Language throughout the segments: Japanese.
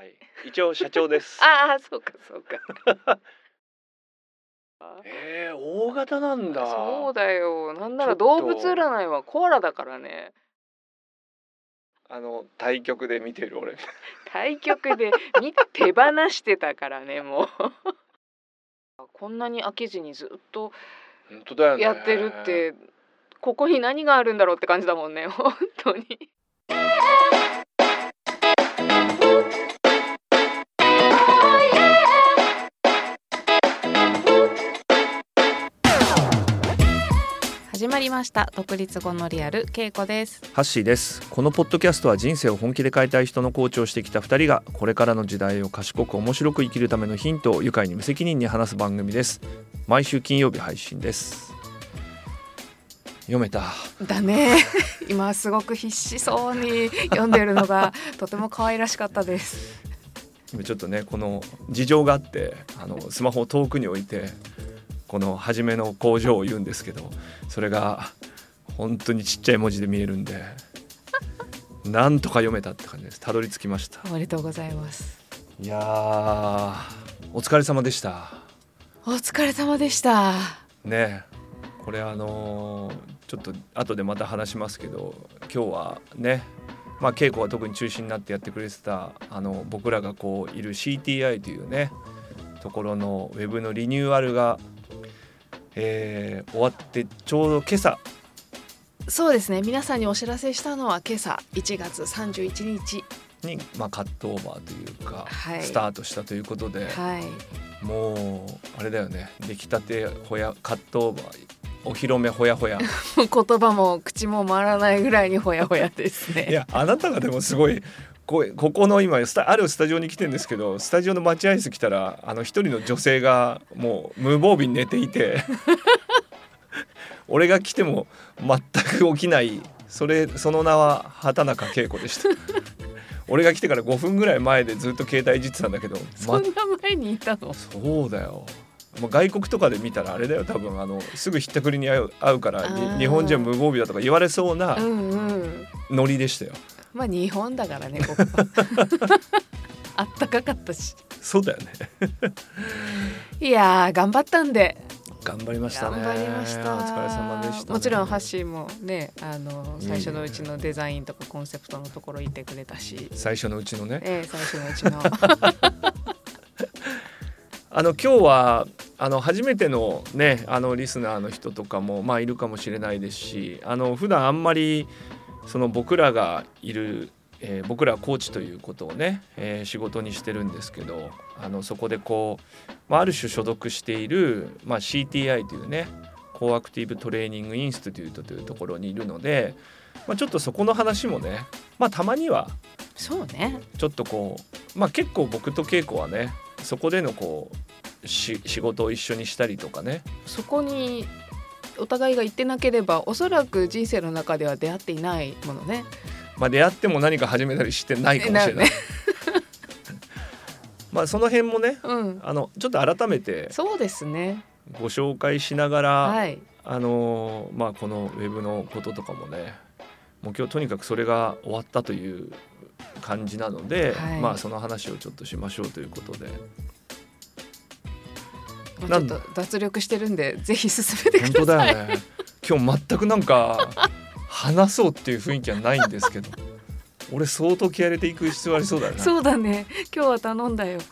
はい、一応社長です。 ああ、そうかそうか。 大型なんだ。 そうだよ。なんならちょっと動物占いはコアラだからね。 対局で見てる俺。 対局で手放してたからね、もう。こんなに飽きずにずっと本当だよね。 やってるって、ここに何があるんだろうって感じだもんね、本当に。始まりました。独立後のリアル、けいこです。 ハッシーです。このポッドキャストは人生を本気で変えたい人のコーチをしてきた2人がこれからの時代を賢く面白く生きるためのヒントを愉快に無責任に話す番組です。毎週金曜日配信です。読めただね。今すごく必死そうに読んでるのがとても可愛らしかったです。 今ちょっとね、この事情があってスマホを遠くに置いてこの初めの工場を言うんですけど、それが本当にちっちゃい文字で見えるんでなんとか読めたって感じです。たどり着きました。 おめでとうございます。 いやお疲れ様でした。 お疲れ様でしたね。これちょっと後でまた話しますけど、今日はね、稽古は特に中心になってやってくれてた僕らがこういる CTI というねところのウェブのリニューアルが、終わってちょうど今朝。 そうですね、皆さんにお知らせしたのは今朝1月31日に、カットオーバーというか、 はい、 スタートしたということで、 はい、 もうあれだよね、出来たてカットオーバーお披露目ほやほや言葉も口も回らないぐらいにほやほやですね。 いや、あなたがでもすごいここの今あるスタジオに来てるんですけど、スタジオの待合室来たら一人の女性がもう無防備に寝ていて俺が来ても全く起きない。その名は畑中恵子でした俺が来てから5分ぐらい前でずっと携帯いじってたんだけど、 そんな前にいたの？ そうだよ。外国とかで見たらあれだよ、多分すぐひったくりに会うから日本人は無防備だとか言われそうなノリでしたよ。 日本だからね、ここあったかかったし。 そうだよねいやー、頑張ったんで。 頑張りましたね。 頑張りました。 お疲れ様でした、ね。 もちろんハッシーもね、最初のうちのデザインとかコンセプトのところいてくれたし。 最初のうちのね。 最初のうちの今日は初めてのねリスナーの人とかもいるかもしれないですし、普段あんまりその僕らがいる、僕らはコーチということをね、仕事にしてるんですけど、そこでこう、ある種所属している、CTI というねコーアクティブトレーニングインスティテュートというところにいるので、ちょっとそこの話もね、たまにはそうね、 ちょっとこう、結構僕と恵子はねそこでのこう仕事を一緒にしたりとかね、 そこにお互いが行ってなければおそらく人生の中では出会っていないものね。 出会っても何か始めたりしてないかもしれないその辺もね、ちょっと改めてそうですねご紹介しながら、 はい、 このウェブのこととかもね、もう今日とにかくそれが終わったという感じなので、はい、その話をちょっとしましょうということで、 ちょっと脱力してるんでぜひ進めてください。 本当だよね。今日全くなんか話そうっていう雰囲気はないんですけど俺相当気合い入れていく必要ありそうだよね。 そうだね、今日は頼んだよ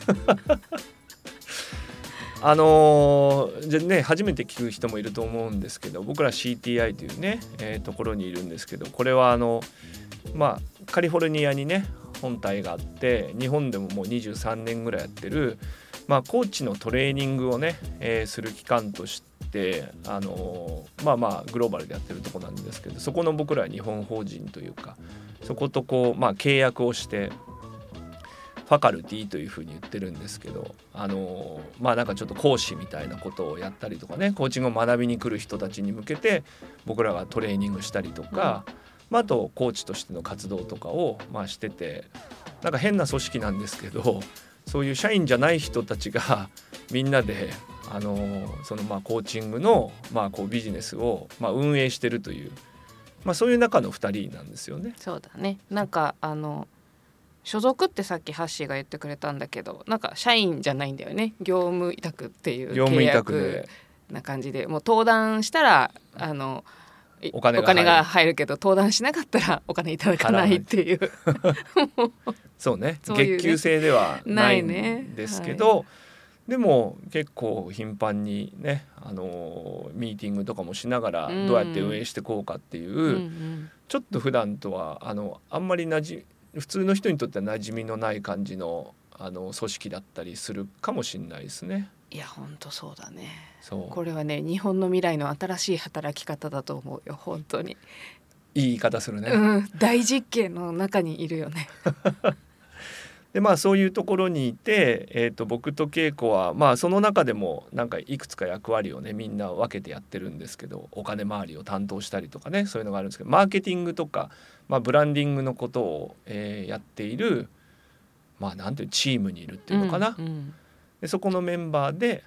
じゃね、初めて聞く人もいると思うんですけど、僕ら CTI というね、ところにいるんですけど、これはカリフォルニアにね本体があって、日本でももう23年ぐらいやってる、コーチのトレーニングをね、する機関としてグローバルでやってるところなんですけど、そこの僕らは日本法人というか、そことこう、契約をしてファカルティというふうに言ってるんですけど、なんかちょっと講師みたいなことをやったりとかね、コーチングを学びに来る人たちに向けて僕らがトレーニングしたりとか、あとコーチとしての活動とかをしてて、なんか変な組織なんですけど、そういう社員じゃない人たちがみんなでそのコーチングのこうビジネスを運営してるという、そういう中の2人なんですよね。 そうだね、なんか所属ってさっきハッシーが言ってくれたんだけど、なんか社員じゃないんだよね。業務委託っていう契約な感じで、もう登壇したらお金が入るけど、登壇しなかったらお金いただかないっていうそうね、月給制ではないんですけど、はい、でも結構頻繁にね、ミーティングとかもしながらどうやって運営していこうかっていう、ちょっと普段とはあんまり普通の人にとっては馴染みのない感じの組織だったりするかもしれないですね。 いや本当そうだね。 そう、 これはね、日本の未来の新しい働き方だと思うよ。本当にいい言い方するね、 大実験の中にいるよねでそういうところにいて、僕と恵子はその中でもなんかいくつか役割をねみんな分けてやってるんですけど、お金回りを担当したりとかね、そういうのがあるんですけど、マーケティングとか、ブランディングのことを、やっているなんていうチームにいるっていうのかな、でそこのメンバーで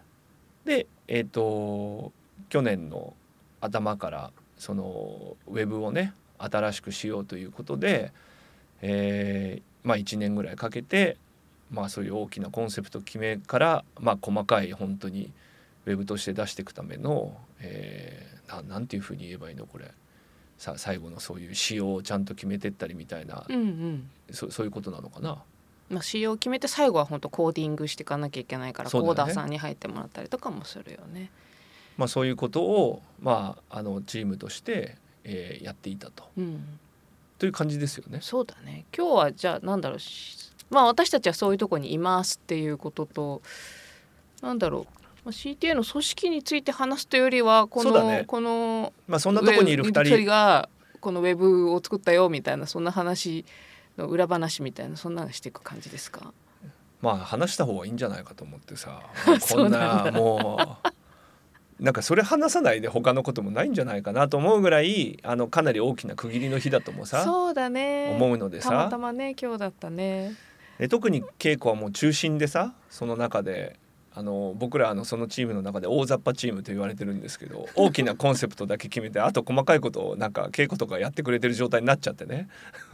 去年の頭からそのウェブをね新しくしようということで、1年ぐらいかけて、そういう大きなコンセプト決めから、細かい本当にウェブとして出していくための、なんていうふうに言えばいいのこれ、最後のそういう仕様をちゃんと決めてったりみたいな、そういうことなのかな。 仕様を決めて最後は本当コーディングしていかなきゃいけないから、コーダーさんに入ってもらったりとかもするよね。 そういうことを、チームとして、やっていたと、という感じですよね。 そうだね。今日はじゃあなんだろう、私たちはそういうところにいますっていうことと、なんだろう、CTA の組織について話すというよりはこのそんなとこにいる2人がこのウェブを作ったよみたいな、そんな話の裏話みたいな、そんなのしていく感じですか。 話した方がいいんじゃないかと思ってさこんなもうなんかそれ話さないで他のこともないんじゃないかなと思うぐらいかなり大きな区切りの日だともそうだね、 思うのでさ、 たまたまね今日だったね。 で特に恵子はもう中心でさ、その中で僕らそのチームの中で大雑把チームと言われてるんですけど、大きなコンセプトだけ決めてあと細かいことをなんか恵子とかやってくれてる状態になっちゃってね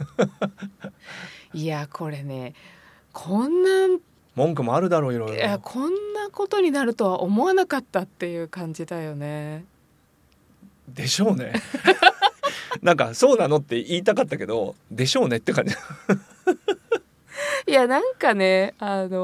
いやこれね、こんな文句もあるだろう、いろいろ。 いやこんなことになるとは思わなかったっていう感じだよね。 でしょうねなんかそうなのって言いたかったけど、でしょうねって感じいやなんかね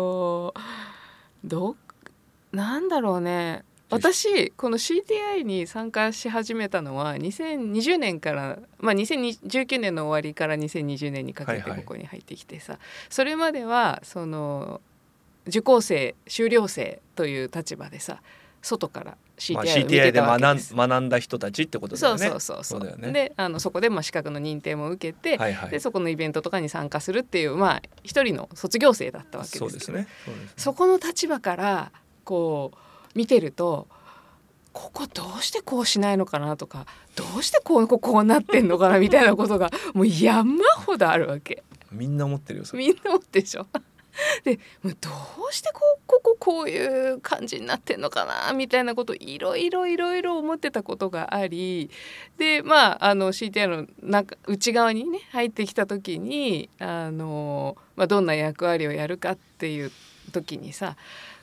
なんだろうね、私この CTI に参加し始めたのは2020年から、2019年の終わりから2020年にかけてここに入ってきてさ、それまではその受講生修了生という立場でさ、外から CTI を見てたわけです。 学んだ人たちってことだよね。 そうだよね。でそこで資格の認定も受けて、でそこのイベントとかに参加するっていう一人の卒業生だったわけですけど、 そうですね。 そこの立場からこう見てると、ここどうしてこうしないのかなとか、どうしてこうなってんのかなみたいなことがもう山ほどあるわけ。 みんな思ってるよそれ。 みんな思ってるでしょでどうしてこういう感じになってんのかなみたいなこといろいろ思ってたことがあり、でCTI の内側にね入ってきた時にどんな役割をやるかっていう時にさ、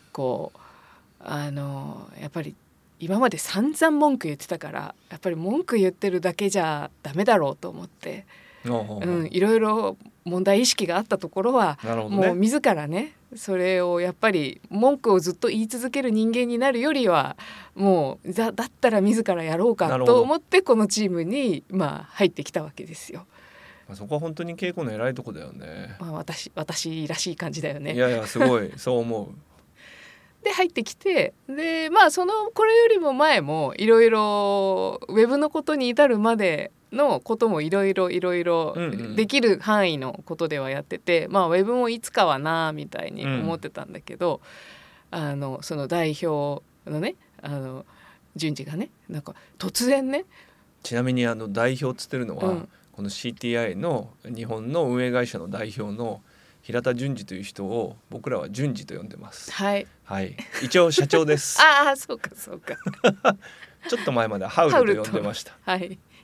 やっぱり今まで散々文句言ってたから、やっぱり文句言ってるだけじゃダメだろうと思って、いろいろ問題意識があったところは、もう自らね、それをやっぱり文句をずっと言い続ける人間になるよりは、もうだったら自らやろうかと思ってこのチームに入ってきたわけですよ。 そこは本当に恵子の偉いとこだよね。 私らしい感じだよね。 いやすごいそう思うで入ってきて、でこれよりも前もいろいろウェブのことに至るまでのこともいろいろできる範囲のことではやってて、ウェブもいつかはなみたいに思ってたんだけど、その代表のね順次がね、なんか突然ね、 ちなみに代表っつってるのは、この CTI の日本の運営会社の代表の平田淳二という人を僕らは淳二と呼んでます。 はい、 一応社長ですああそうかちょっと前までハウルと呼んでました。 はい、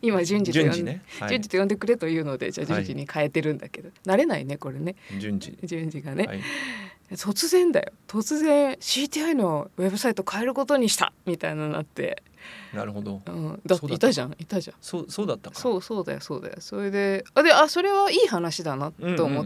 今順次と順次ね、 順次と呼んでくれというので、じゃあ順次に変えてるんだけど、慣れないねこれね、 順次がね、突然 CTI のウェブサイト変えることにしたみたいなのになって、 なるほど、 だっていたじゃん。 そうだったか。 そうだよ。それでそれはいい話だなと思って、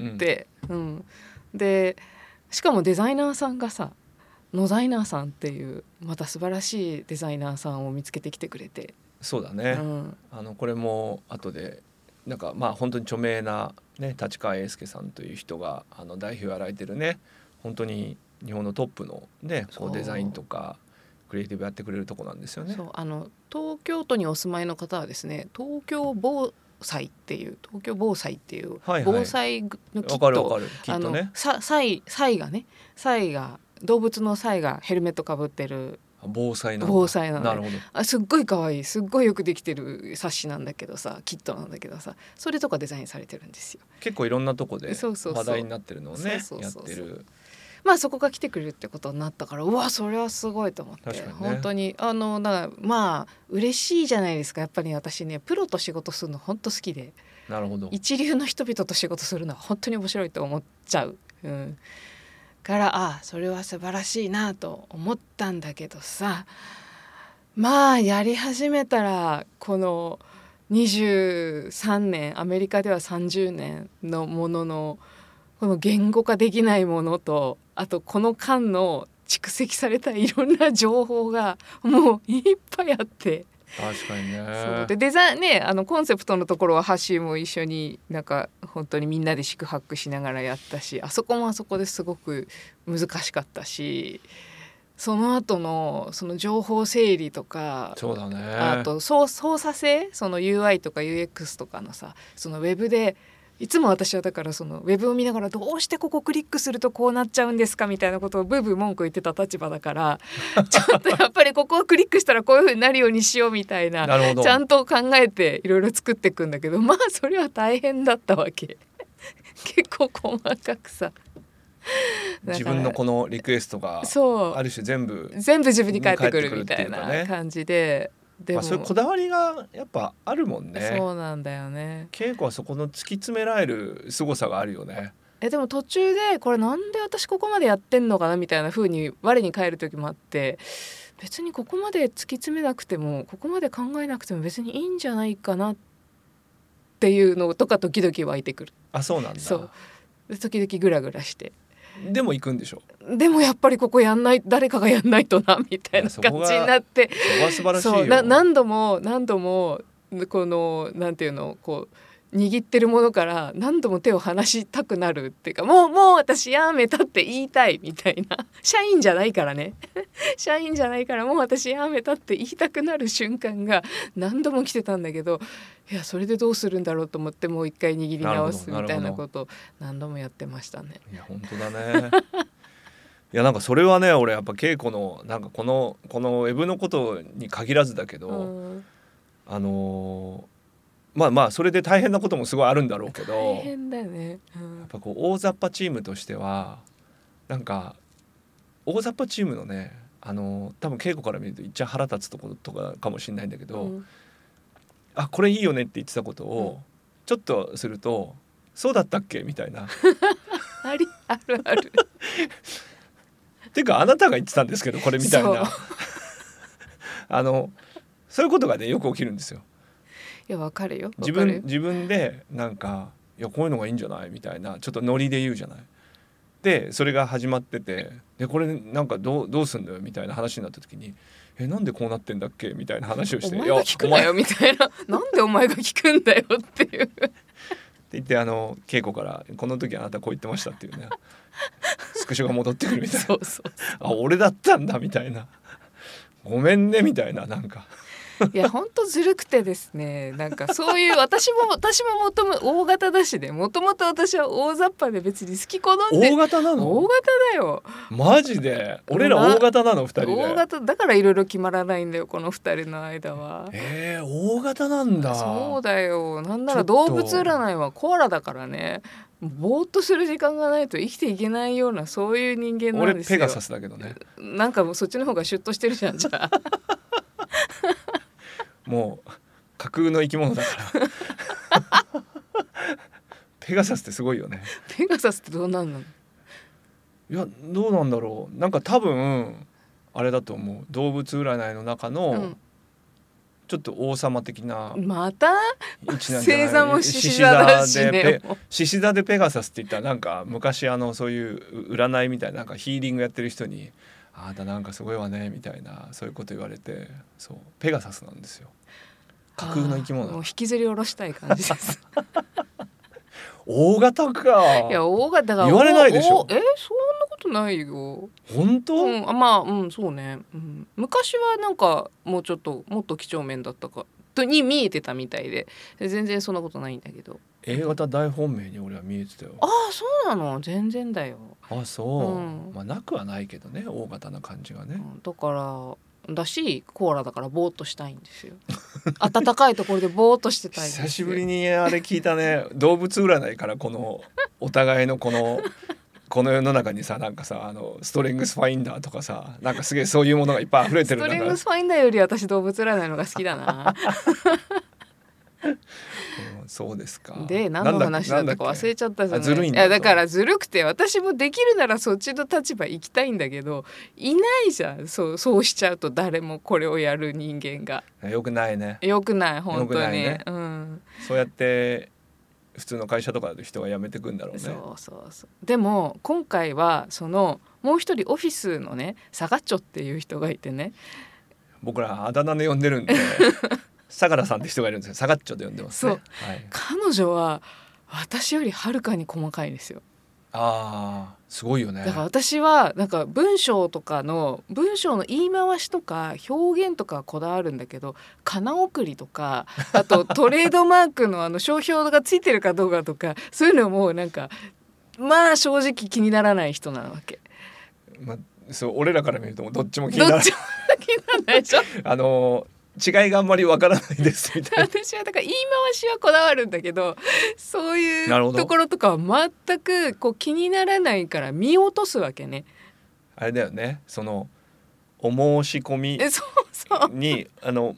でしかもデザイナーさんがさ、ノザイナーさんっていうまた素晴らしいデザイナーさんを見つけてきてくれて。 そうだね、これも後でなんか本当に著名な、ね、立川英介さんという人が代表やられてるね、本当に日本のトップの、ね、こうデザインとかクリエイティブやってくれるとこなんですよね。 そう東京都にお住まいの方はですね、東京防災っていう防災のキット、サイが動物のサイがヘルメットかぶってる防災なの。なるほど。すっごい可愛い、すっごいよくできてる冊子なんだけどさ、キットなんだけどさ、それとかデザインされてるんですよ。 結構いろんなとこで話題になってるのをねやってる。 そこが来てくれるってことになったから、うわそれはすごいと思って、ね、本当にだから嬉しいじゃないですか。やっぱり私ね、プロと仕事するの本当好きで、 なるほど、 一流の人々と仕事するのは本当に面白いと思っちゃう、からそれは素晴らしいなと思ったんだけどさ、やり始めたらこの23年アメリカでは30年のもののこの言語化できないものと、あとこの間の蓄積されたいろんな情報がもういっぱいあって、 確かにね。 そうでデザインね、コンセプトのところはハッシーも一緒になんか本当にみんなで四苦八苦しながらやったし、あそこもあそこですごく難しかったし、その後のその情報整理とか、 そうだね、 あと操作性、その UI とか UX とかのさ、そのウェブでいつも私はだからそのウェブを見ながら、どうしてここクリックするとこうなっちゃうんですかみたいなことをブーブー文句言ってた立場だからちょっとやっぱりここをクリックしたらこういう風になるようにしようみたいな、ちゃんと考えていろいろ作っていくんだけど、それは大変だったわけ結構細かくさ、 自分のこのリクエストがある種全部自分に返ってくるみたいな感じで、 そういうこだわりがやっぱあるもんね。 そうなんだよね。 稽古はそこの突き詰められる凄さがあるよね。 でも途中でこれなんで私ここまでやってんのかなみたいな風に我に返る時もあって、別にここまで突き詰めなくても、ここまで考えなくても別にいいんじゃないかなっていうのとか時々湧いてくる。 あ、そうなんだ。 そうで時々グラグラして、 でも行くんでしょ。 でもやっぱりここやんない、誰かがやんないとなみたいな感じになって、 そこは素晴らしいよ。 何度もこのなんていうの、こう握ってるものから何度も手を離したくなるっていうか、もう私やめたって言いたいみたいな社員じゃないからね社員じゃないからもう私やめたって言いたくなる瞬間が何度も来てたんだけど、いやそれでどうするんだろうと思って、もう一回握り直すみたいなことを何度もやってましたね。 いや本当だねいやなんかそれはね、俺やっぱ稽古のなんかこのウェブのことに限らずだけど、それで大変なこともすごいあるんだろうけど、 大変だよね、 やっぱこう大雑把チームとしてはなんか大雑把チームのね、多分稽古から見ると一番腹立つところとかかもしれないんだけど、あこれいいよねって言ってたことをちょっとすると、そうだったっけみたいなあるあるてかあなたが言ってたんですけどこれみたいなそういうことがねよく起きるんですよ。 いやわかるよ。 自分でなんかいやこういうのがいいんじゃないみたいなちょっとノリで言うじゃない。でそれが始まってて、でこれなんかどうすんだよみたいな話になった時に、なんでこうなってんだっけみたいな話をして、 お前が聞くなよみたいななんでお前が聞くんだよっていうって言って稽古からこの時あなたこう言ってましたっていうねスクショが戻ってくるみたいなそうあ俺だったんだみたいな、ごめんねみたいな、なんかいやほんとずるくてですね、なんかそういう私ももとも大型だしで、もともと私は大雑把で別に好き好んで。 大型なの？ 大型だよマジで。俺ら大型なの2人で。 大型だからいろいろ決まらないんだよこの2人の間は。 大型なんだ。 そうだよ。なんなら動物占いはコアラだからね、ぼーっとする時間がないと生きていけないようなそういう人間なんですよ。 俺ペガサスだけどね。 なんかもうそっちの方がシュッとしてるじゃんじゃあもう架空の生き物だからペガサスってすごいよね。 ペガサスってどうなんの？ いやどうなんだろう、なんか多分あれだと思う、動物占いの中のちょっと王様的なまた位置なんじゃない？ 星座も獅子座だしね。 獅子座でペガサスって言ったらなんか昔そういう占いみたいな、なんかヒーリングやってる人にあなたなんかすごいわねみたいな、そういうこと言われて、そうペガサスなんですよ、架空の生き物。 もう引きずり下ろしたい感じです大型か。 いや大型が言われないでしょ。 そんなことないよ。 本当？ まあそうね、昔はなんかもっと几帳面だったかとに見えてたみたいで、全然そんなことないんだけど。 A 型大本命に俺は見えてたよ。 そうなの？全然だよ。 そう、まあなくはないけどね、大型な感じがね、 だからだしコーラだからボーっとしたいんですよ暖かいところでボーっとしてたいんですよ。 久しぶりにあれ聞いたね動物占いからこのお互いのこの世の中にさ、なんかさストレングスファインダーとかさ、なんかすげえそういうものがいっぱい溢れてるんだから。 ストレングスファインダーより私動物占いのが好きだなそうですか。 で何の話だったか忘れちゃったじゃない。 ずるいんだ。 いやだからずるくて、私もできるならそっちの立場行きたいんだけど、いないじゃん。そうしちゃうと誰もこれをやる人間が。 よくないね。 よくない本当に、 ね、そうやって普通の会社とかで人が辞めてくんだろうね。 そうでも今回はもう一人オフィスのねサガッチョっていう人がいてね、 僕らあだ名で呼んでるんで相良さんって人がいるんですよ。サガッチョで呼んでますね。 そう、彼女は私よりはるかに細かいですよ。 すごいよね。 だから私はなんか文章の言い回しとか表現とかこだわるんだけど、かな送りとかあとトレードマークの商標がついてるかどうかとかそういうのもなんかまあ正直気にならない人なわけ。 そう俺らから見るとどっちも気にならない。 どっちも気にならないでしょ違いがあんまりわからないですみたいな。 私はだから言い回しはこだわるんだけど、そういうところとかは全く気にならないから見落とすわけね。 あれだよね、お申し込みに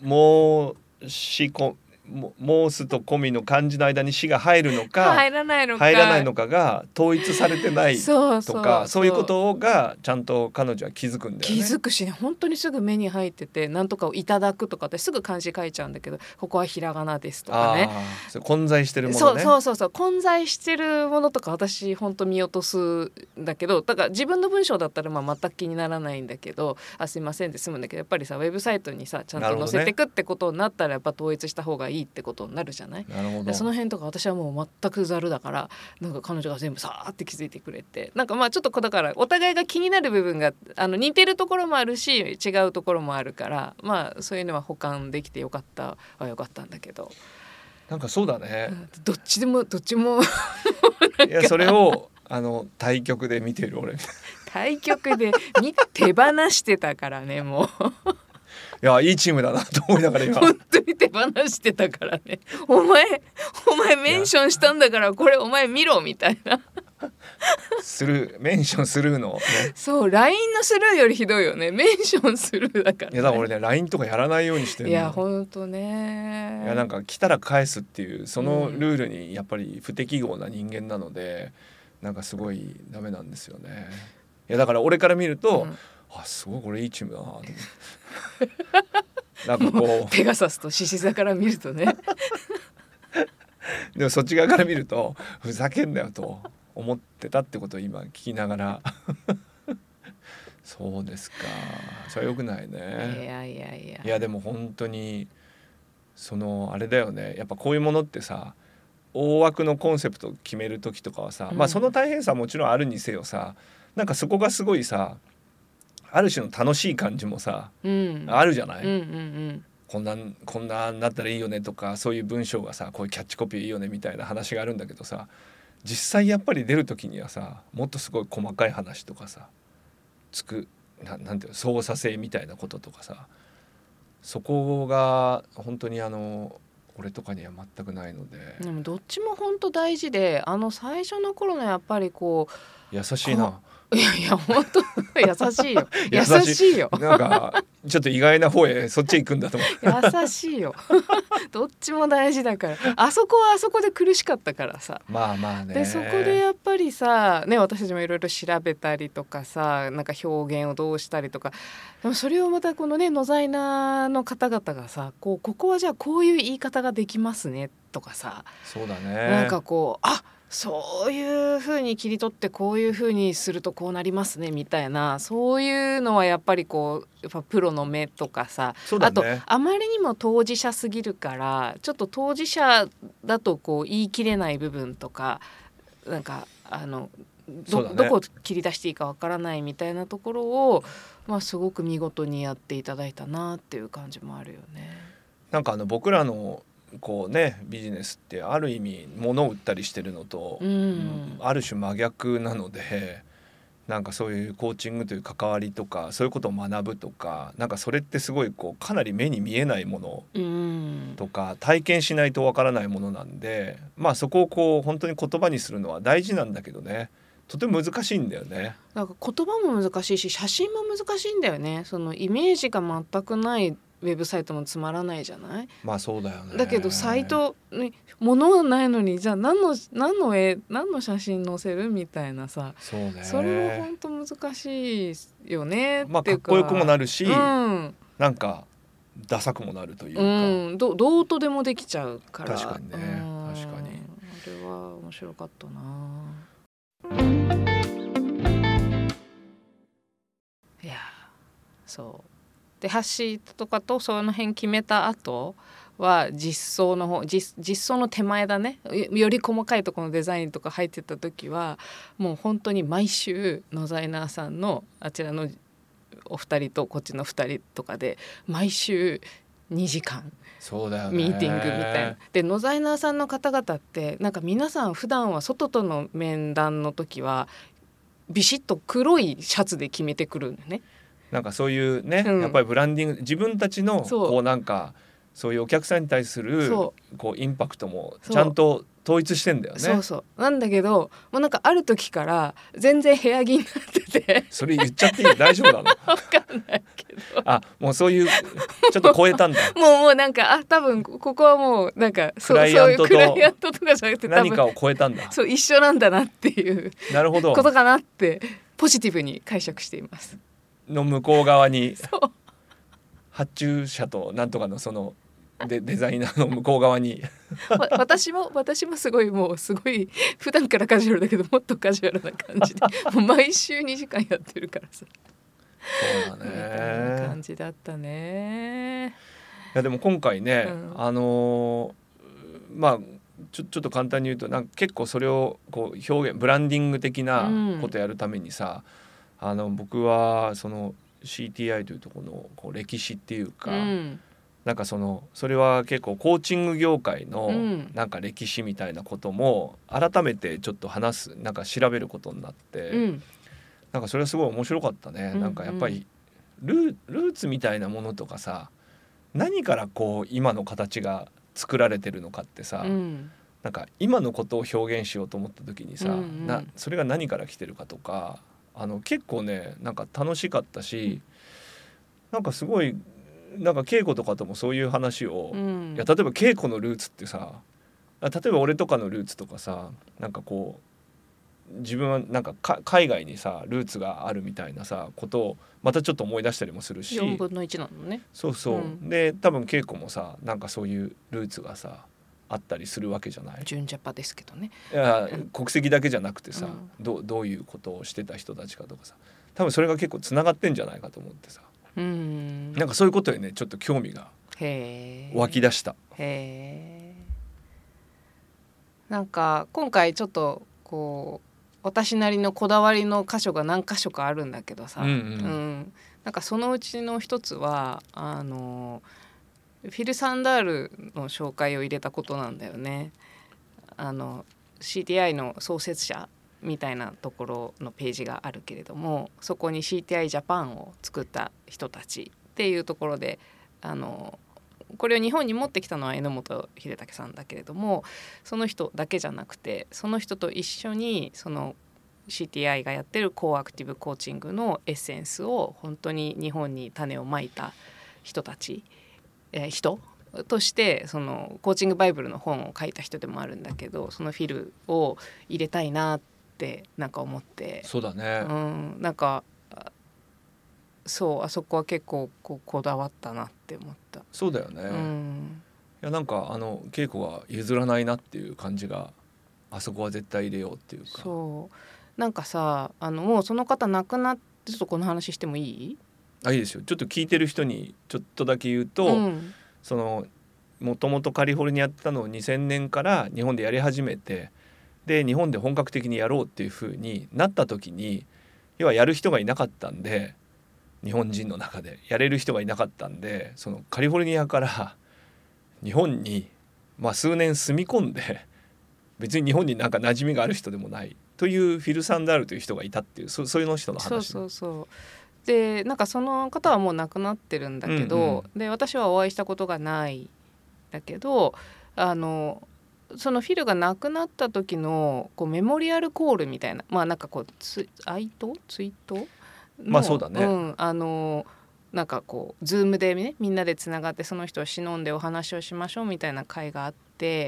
申すと込みの漢字の間に死が入るのか入らないのかが統一されてないとか、そういうことがちゃんと彼女は気づくんだよね。 気づくしね、本当にすぐ目に入ってて、なんとかをいただくとかってすぐ漢字書いちゃうんだけど、ここはひらがなですとかね。 混在してるものね。 そう混在してるものとか私本当見落とすんだけど、だから自分の文章だったら全く気にならないんだけど、すいませんって済むんだけど、やっぱりさウェブサイトにさちゃんと載せてくってことになったらやっぱ統一した方がいいってことになるじゃない。 なるほど。 その辺とか私はもう全くざるだから、なんか彼女が全部さーって気づいてくれて、なんかちょっとだからお互いが気になる部分が似てるところもあるし違うところもあるから、そういうのは補完できてよかったんだけど、 なんかそうだね、 どっちもいやそれを対局で見てる俺対局で手放してたからねもういやいいチームだなと思いながら今本当に手放してたからね。お前メンションしたんだからこれお前見ろみたいなメンションスルーの、ね、 そう LINE のスルーよりひどいよね、メンションスルーだから、ね、 いやだから俺ね LINE とかやらないようにしてるの。 いやほんとね。 いやなんか来たら返すっていうそのルールにやっぱり不適合な人間なので、なんかすごいダメなんですよね。いやだから俺から見ると、すごいこれいいチームだなと思ってなんかこうペガサスと獅子座から見るとねでもそっち側から見るとふざけんなよと思ってたってことを今聞きながらそうですか、それは良くないね。いやでも本当にあれだよね、やっぱこういうものってさ大枠のコンセプトを決める時とかはさ、その大変さはもちろんあるにせよさ、なんかそこがすごいさある種の楽しい感じもさ、あるじゃない、こんななったらいいよねとか、そういう文章がさこういうキャッチコピーいいよねみたいな話があるんだけどさ、実際やっぱり出る時にはさもっとすごい細かい話とかさなんていうの操作性みたいなこととかさ、そこが本当に俺とかには全くないので。 でもどっちも本当大事で、最初の頃のやっぱり優しいないやいや本当優しいよ優しいよなんかちょっと意外な方へそっち行くんだと思う優しいよどっちも大事だからあそこはあそこで苦しかったからさまあまあねでそこでやっぱりさ、ね、私たちもいろいろ調べたりとかさなんか表現をどうしたりとかでもそれをまたこのねノザイナーの方々がさここはじゃあこういう言い方ができますねとかさそうだねなんかこうそういう風に切り取ってこういう風にするとこうなりますねみたいなそういうのはやっぱりこうやっぱプロの目とかさ、 そうだね、 あとあまりにも当事者すぎるからちょっと当事者だとこう言い切れない部分とかなんかどこ切り出していいかわからないみたいなところを、すごく見事にやっていただいたなっていう感じもあるよね。 なんか僕らのこうねビジネスってある意味物を売ったりしてるのと、ある種真逆なのでなんかそういうコーチングという関わりとかそういうことを学ぶとかなんかそれってすごいこうかなり目に見えないものとか体験しないとわからないものなんで、そこをこう本当に言葉にするのは大事なんだけどねとても難しいんだよね。 なんか言葉も難しいし写真も難しいんだよね。そのイメージが全くないウェブサイトもつまらないじゃない。 そうだよね。 だけどサイトに物はないのにじゃあ何の写真載せるみたいなさそうね、 それは本当難しいよねっていうか、 かっこよくもなるし、なんかダサくもなるというか、 どうとでもできちゃうから確かにね、確かにあれは面白かったな。いやそうでハッシーとかとその辺決めた後は実装の手前だねより細かいところのデザインとか入ってた時はもう本当に毎週ノザイナーさんのあちらのお二人とこっちの二人とかで毎週2時間そうだよねミーティングみたいな。でノザイナーさんの方々ってなんか皆さん普段は外との面談の時はビシッと黒いシャツで決めてくるのね。 なんかそういうね、やっぱりブランディング自分たちのこうなんかそういうお客さんに対するこうインパクトもちゃんと統一してんだよね。 そうなんだけどもうなんかある時から全然部屋着になっててそれ言っちゃっていい大丈夫なの分かんないけどもうそういうちょっと超えたんだもうなんか多分ここはもうなんかクライアントとかじゃなくて何かを超えたんだそう一緒なんだなっていうなるほどことかなってポジティブに解釈していますの向こう側に発注者となんとかのそのデザイナーの向こう側に私もすごい普段からカジュアルだけどもっとカジュアルな感じでもう毎週2時間やってるからさそうだねみたいな感じだったね。 いやでも今回ね、ちょっと簡単に言うとなんか結構それをこう表現ブランディング的なことやるためにさ、僕はその CTI というところのこう歴史っていうか、なんかそれは結構コーチング業界のなんか歴史みたいなことも改めてちょっと話すなんか調べることになって、なんかそれはすごい面白かったね。なんかやっぱりルーツみたいなものとかさ何からこう今の形が作られてるのかってさ、なんか今のことを表現しようと思った時にさ、それが何から来てるかとか結構ねなんか楽しかったし、なんかすごいなんか稽古とかともそういう話を、いや例えば稽古のルーツってさ例えば俺とかのルーツとかさなんかこう自分はなんか海外にさルーツがあるみたいなさことをまたちょっと思い出したりもするし 4分の1なのね。 そう、で多分稽古もさなんかそういうルーツがさあったりするわけじゃない。 純ジャパですけどね。 いや国籍だけじゃなくてさ、どういうことをしてた人たちかとかさ多分それが結構つながってんじゃないかと思ってさ、なんかそういうことにねちょっと興味が湧き出した。 なんか今回ちょっとこう私なりのこだわりの箇所が何箇所かあるんだけどさ、なんかそのうちの一つはフィル・サンダールの紹介を入れたことなんだよね。CTI の創設者みたいなところのページがあるけれどもそこに CTI ジャパンを作った人たちっていうところでこれを日本に持ってきたのは榎本秀武さんだけれどもその人だけじゃなくてその人と一緒にその CTI がやってるコーアクティブコーチングのエッセンスを本当に日本に種をまいた人たち、人としてそのコーチングバイブルの本を書いた人でもあるんだけど、そのフィルを入れたいなってなんか思って。 そうだね、 なんかそう、あそこは結構こだわったなって思った。 そうだよね、いやなんか稽古が譲らないなっていう感じが、あそこは絶対入れようっていうか。 そうなんかさ、もうその方亡くなって、ちょっとこの話してもいい？ いいですよ。ちょっと聞いてる人にちょっとだけ言うと、そのもともとカリフォルニアやってたのを2000年から日本でやり始めて、で日本で本格的にやろうっていう風になった時に、要はやる人がいなかったんで、日本人の中でやれる人がいなかったんで、そのカリフォルニアから日本に、数年住み込んで、別に日本になんか馴染みがある人でもないというフィル・サンダールという人がいたっていう、そういうの人の話。 そうで、なんかその方はもう亡くなってるんだけど、で私はお会いしたことがないんだけど、そのフィルが亡くなった時のこうメモリアルコールみたいな、なんかこうツイートそうだね、 なんかこうズームでね、みんなでつながってその人を偲んでお話をしましょうみたいな会があって、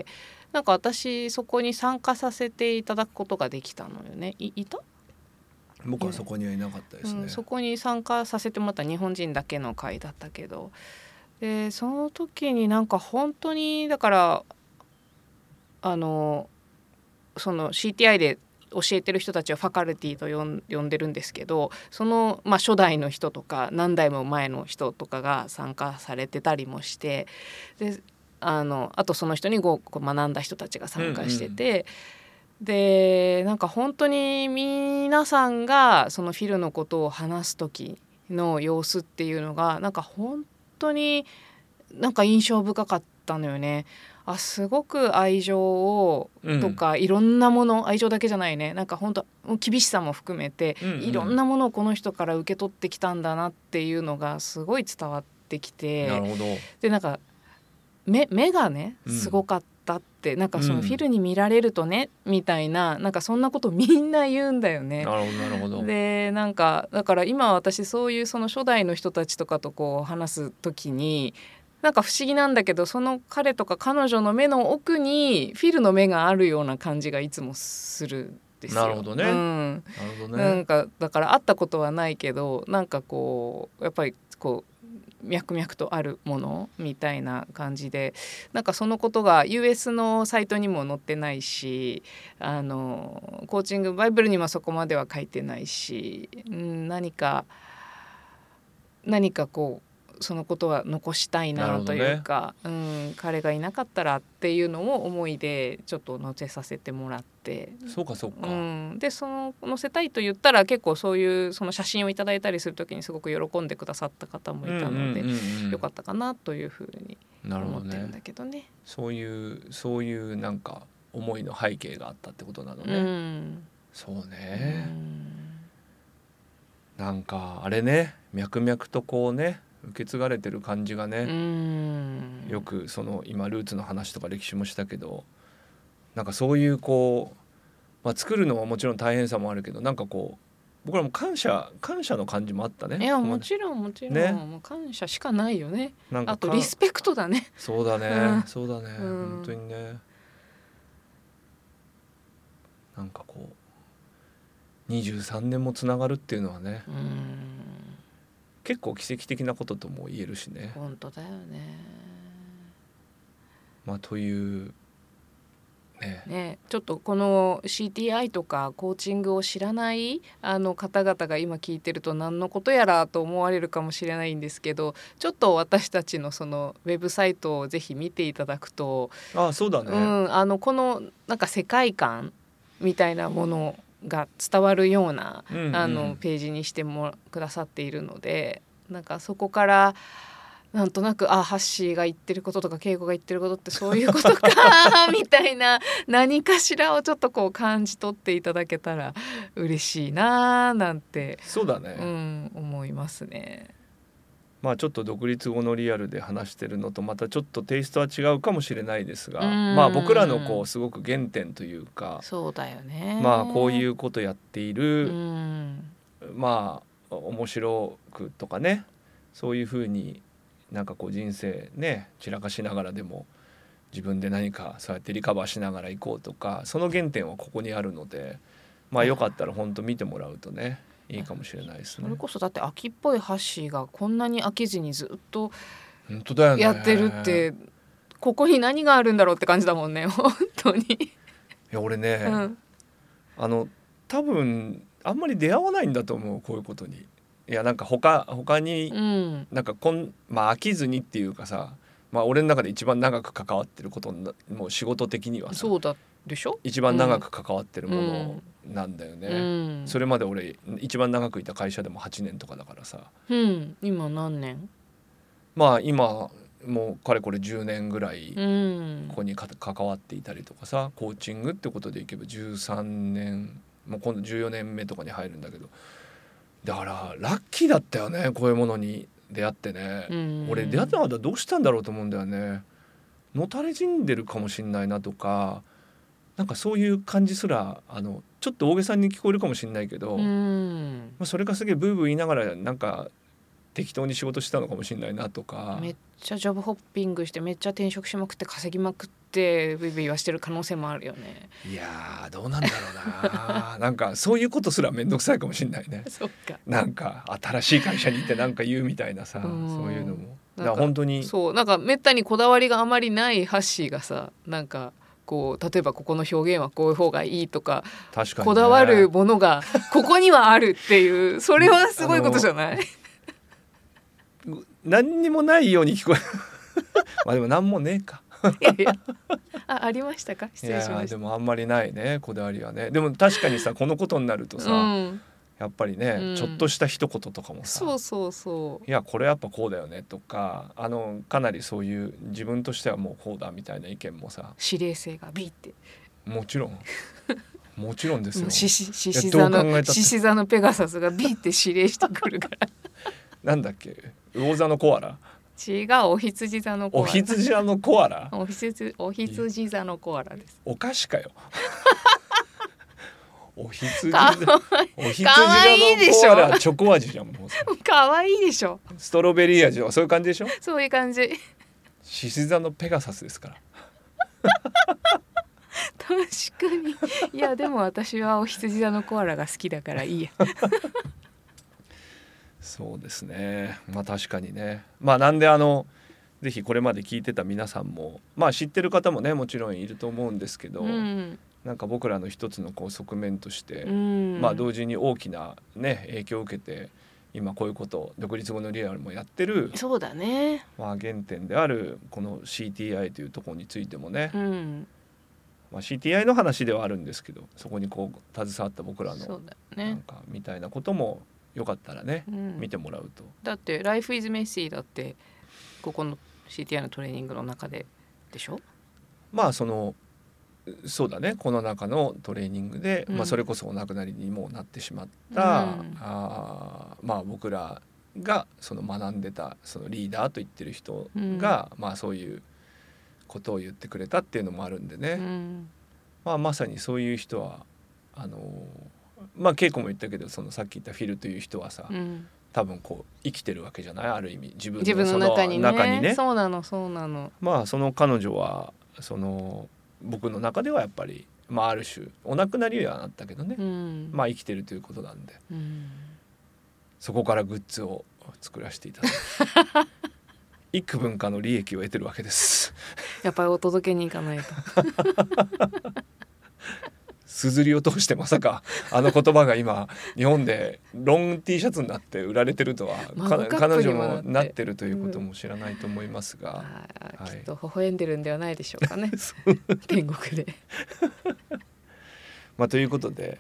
なんか私そこに参加させていただくことができたのよね。いた？ 僕はそこにはいなかったですね、 そこに参加させてもらった日本人だけの会だったけど、でその時になんか本当にだからその CTI で教えてる人たちはファカルティと呼んでるんですけど、その、初代の人とか何代も前の人とかが参加されてたりもして、であとその人に学んだ人たちが参加してて、でなんか本当に皆さんがそのフィルのことを話す時の様子っていうのがなんか本当になんか印象深かったのよね。すごく愛情をとか、いろんなもの、愛情だけじゃないね、なんか本当厳しさも含めて、いろんなものをこの人から受け取ってきたんだなっていうのがすごい伝わってきて、 なるほど。 でなんか目がねすごかったって、なんかそのフィルに見られるとね、みたいな、なんかそんなことみんな言うんだよね。 なるほど。 でなんかだから今私そういうその初代の人たちとかとこう話す時に、なんか不思議なんだけど、その彼とか彼女の目の奥にフィルの目があるような感じがいつもするんですよ。 なるほどね、なるほどね。 なんかだから会ったことはないけど、なんかこうやっぱりこう脈々とあるものみたいな感じで、なんかそのことが US のサイトにも載ってないし、コーチングバイブルにもそこまでは書いてないし、何かこうそのことは残したいなというか、彼がいなかったらっていうのを思いでちょっと載せさせてもらって。 そうか、 でその載せたいと言ったら結構そういうその写真をいただいたりする時にすごく喜んでくださった方もいたので、よかったかなというふうに思ってるんだけどね。 そういうなんか思いの背景があったってことなのね。そうね、なんかあれね、脈々とこうね受け継がれてる感じがね、よくその今ルーツの話とか歴史もしたけど、なんかそういうこう、作るのはもちろん大変さもあるけど、なんかこう僕らも感謝の感じもあったね。 いやもちろん、ね、もう感謝しかないよね。 なんかあとリスペクトだね。 そうだね、本当にね。なんかこう23年もつながるっていうのはね、結構奇跡的なこととも言えるしね。 本当だよね。 というね、ちょっとこの CTI とかコーチングを知らない方々が今聞いてると何のことやらと思われるかもしれないんですけど、ちょっと私たちのそのウェブサイトをぜひ見ていただくと、 そうだね、 このなんか世界観みたいなものが伝わるような、ページにしてくださっているので、なんかそこからなんとなくハッシーが言ってることとかケイコが言ってることってそういうことかみたいな何かしらをちょっとこう感じ取っていただけたら嬉しいななんて、 そうだね、 思いますね。 まあちょっと独立後のリアルで話してるのとまたちょっとテイストは違うかもしれないですが、まあ僕らのこうすごく原点というか、 そうだよね、 まあこういうことやっている、まあ面白くとかね、そういうふうになんかこう人生ね散らかしながらでも自分で何かそうやってリカバーしながら行こうとか、その原点はここにあるので、まあよかったら本当見てもらうとねいいかもしれないですね。 それこそだって秋っぽいハッシーがこんなに飽きずにずっと本当だよね、 やってるってここに何があるんだろうって感じだもんね本当に。いや俺ね、多分あんまり出会わないんだと思うこういうことに。いやなんか他になんかまあ飽きずにっていうかさ、まあ俺の中で一番長く関わってることもう仕事的にはさ、 そうだでしょ、 一番長く関わってるものなんだよね、それまで俺一番長くいた会社でも8年とかだからさ、 今何年？ まあ今もうかれこれ10年ぐらいここに関わっていたりとかさ、コーチングってことでいけば13年、もう今度14年目とかに入るんだけど、だからラッキーだったよねこういうものに出会ってね、俺出会ってなかったらどうしたんだろうと思うんだよね。のたれ死んでるかもしんないなとか、なんかそういう感じすらちょっと大げさに聞こえるかもしれないけど、それがすげえブーブー言いながらなんか適当に仕事したのかもしれないなとか、 めっちゃジョブホッピングしてめっちゃ転職しまくって稼ぎまくってブイブイ言わしてる可能性もあるよね。 いやどうなんだろうななんかそういうことすらめんどくさいかもしれないねそっか、 なんか新しい会社に行ってなんか言うみたいなさ、そういうのもだから本当にそうなんかめったにこだわりがあまりないハッシーがさ、なんかこう例えばここの表現はこういう方がいいとか、 確かにね、 こだわるものがここにはあるっていうそれはすごいことじゃない？ 何にもないように聞こえるまあでも何もねえかいやありましたか？失礼しました。いやでもあんまりないねこだわりはね。でも確かにさこのことになるとさ、やっぱりね、ちょっとした一言とかもさ、 そういやこれやっぱこうだよねとか、かなりそういう自分としてはもうこうだみたいな意見もさ、 指令性がビーってもちろんですよ。 獅子座のペガサスがビーって指令してくるからなんだっけ、魚座のコアラ、 違う、お羊座のコアラ。 お羊座のコアラお羊座のコアラです。 お菓子かよお羊かわいいでしょ。 コアラチョコ味じゃんもうかわいいでしょ。 ストロベリー味とかそういう感じでしょ。 そういう感じ。 獅子座のペガサスですから確かに。いやでも私はお羊座のコアラが好きだからいいやそうですね、まあ確かにね。まあなんでぜひこれまで聞いてた皆さんもまあ知ってる方もねもちろんいると思うんですけど、なんか僕らの一つのこう側面として、まあ同時に大きなね影響を受けて今こういうことを独立後のリアルもやってる、 そうだね、 まあ原点であるこの CTI というところについてもね、まあ、CTI の話ではあるんですけど、そこにこう携わった僕らのなんかみたいなこともよかったらね、見てもらうと。 だってLife is Messyだってここの CTI のトレーニングの中ででしょ。 まあそうだね、この中のトレーニングで、まあ、それこそお亡くなりにもなってしまった、まあ僕らがその学んでたそのリーダーと言ってる人が、まあそういうことを言ってくれたっていうのもあるんでね、まあまさにそういう人はまあ恵子も言ったけど、そのさっき言ったフィルという人はさ、多分こう生きてるわけじゃない、ある意味自分の中にね。 そうなの。 まあその彼女はその僕の中ではやっぱり、まあ、ある種お亡くなりにはなったけどね、まあ生きてるということなんで、そこからグッズを作らせていただいて幾分かの利益を得てるわけですやっぱりお届けに行かないとすずりを通してまさかあの言葉が今日本でロン T シャツになって売られてるとは、彼女もなってるということも知らないと思いますが、 きっと微笑んでるんではないでしょうかね天国でまあということで、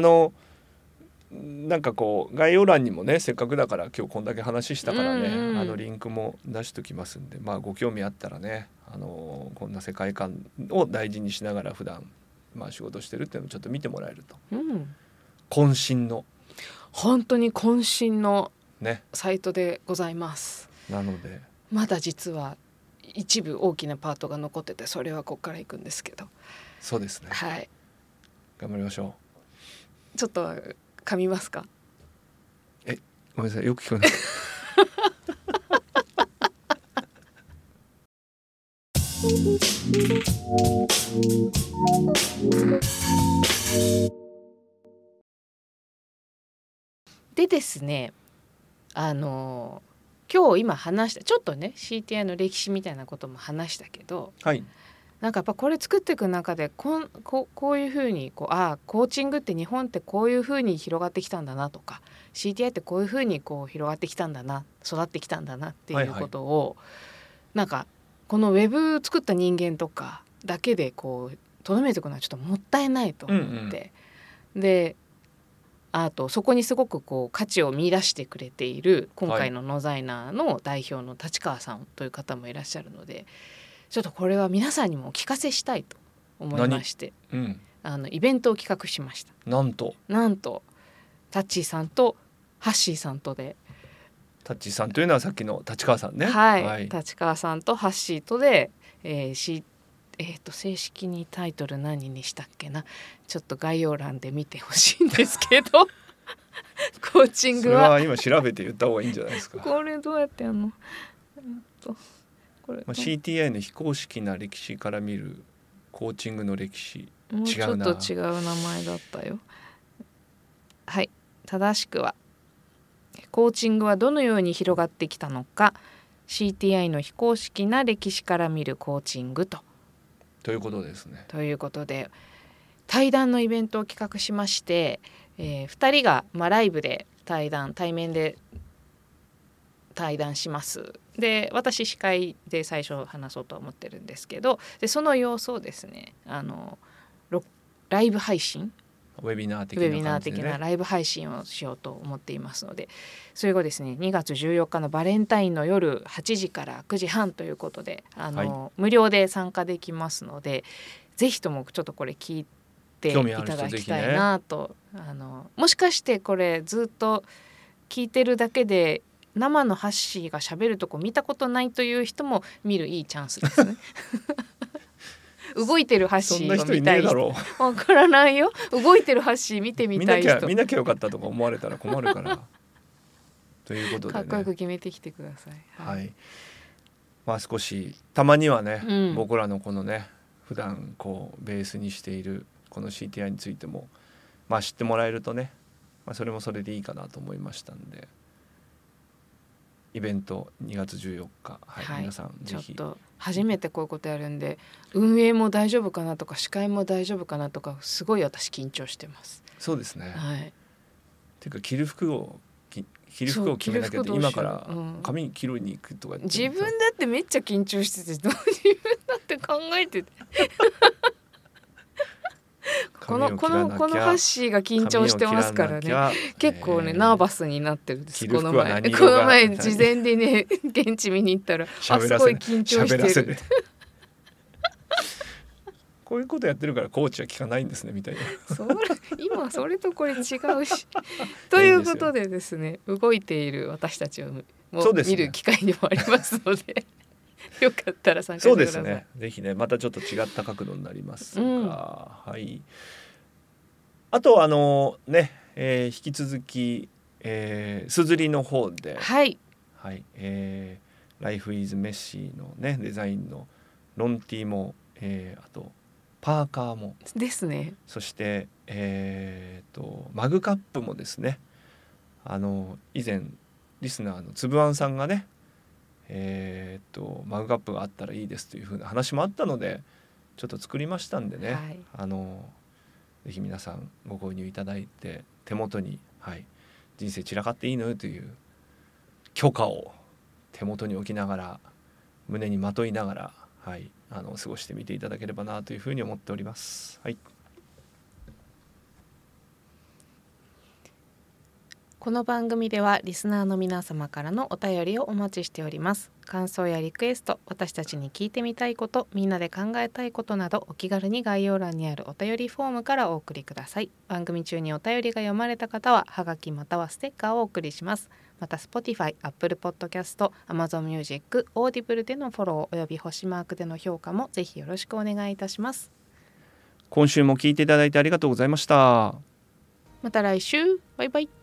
なんかこう概要欄にもねせっかくだから今日こんだけ話したからね、リンクも出しときますんで、まあご興味あったらね、こんな世界観を大事にしながら普段まあ仕事してるっていうのをちょっと見てもらえると、渾身の本当に渾身のサイトでございます、 なのでまだ実は一部大きなパートが残ってて、それはここから行くんですけど。 そうですね、 はい、 頑張りましょう。ちょっと噛みますか？ ごめんなさい、よく聞こえないでですね、今日今話したちょっとね CTI の歴史みたいなことも話したけど、 はい、 なんかやっぱこれ作っていく中でこういうふうにコーチングって日本ってこういうふうに広がってきたんだなとか CTI ってこういうふうに広がってきたんだな、育ってきたんだなっていうことを、なんかこのウェブ作った人間とかだけでとどめていくのはちょっともったいないと思って、であとそこにすごく価値を見出してくれている今回のノザイナーの代表の立川さんという方もいらっしゃるので、ちょっとこれは皆さんにもお聞かせしたいと思いまして、イベントを企画しました。なんとタッチーさんとハッシーさんとで、 タッチーさんというのはさっきの立川さんね、 立川さんとハッシーとで、正式にタイトル何にしたっけな、ちょっと概要欄で見てほしいんですけどコーチングはそれは今調べて言った方がいいんじゃないですかこれどうやってやるの？ CTI の非公式な歴史から見るコーチングの歴史、 もうちょっと違う名前だったよ。はい、正しくはコーチングはどのように広がってきたのか、 CTI の非公式な歴史から見るコーチングということですね。 ということで対談のイベントを企画しまして、2人が、ライブで対面で対談します。で私司会で最初話そうと思ってるんですけど、でその様子をですねライブ配信ウェビナー的なライブ配信をしようと思っていますので、それがですね2月14日のバレンタインの夜8時から9時半ということで無料で参加できますので、ぜひともちょっとこれ聞いていただきたいなと、もしかしてこれずっと聞いてるだけで生のハッシーが喋るとこ見たことないという人も見るいいチャンスですね動いてるハッシーを見たい人、わからないよ、動いてるハッシー見てみたい人見なきゃよかったとか思われたら困るからということで、 かっこよく決めてきてください。 少したまにはね、僕らのこのね普段ベースにしているこの CTI についても、知ってもらえるとね、それもそれでいいかなと思いましたんで、イベント2月14日、皆さんぜひ。 ちょっと初めてこういうことやるんで、運営も大丈夫かなとか司会も大丈夫かなとかすごい私緊張してます。 そうですね、っていうか着る服を決めなきゃって、今から髪切るに行くとか自分だってめっちゃ緊張してて、自分だって考えててこのハッシーが緊張してますからね、結構ね、ナーバスになってるんです。この前事前でね現地見に行ったらすごい緊張してるこういうことやってるからコーチは聞かないんですねみたいな今それとこれ違うしということでですね、動いている私たちを見る機会でもありますのでよかったら参加してください。 そうですね、ぜひね、またちょっと違った角度になりますが、あと引き続きすずりの方でLife is Messy のねデザインのロンティーも、あとパーカーもですね、 そして、マグカップもですね、以前リスナーのつぶあんさんがね、マグカップがあったらいいですという風な話もあったので、ちょっと作りましたんでね、ぜひ皆さんご購入いただいて、手元に、人生散らかっていいのよという許可を手元に置きながら、胸にまといながら、過ごしてみていただければなというふうに思っております。 この番組ではリスナーの皆様からのお便りをお待ちしております。感想やリクエスト、私たちに聞いてみたいこと、みんなで考えたいことなど、お気軽に概要欄にあるお便りフォームからお送りください。番組中にお便りが読まれた方はハガキまたはステッカーをお送りします。 また Spotify、Apple Podcast、Amazon Music、Audible でのフォローおよび星マークでの評価もぜひよろしくお願いいたします。 今週も聞いていただいてありがとうございました。 また来週。バイバイ。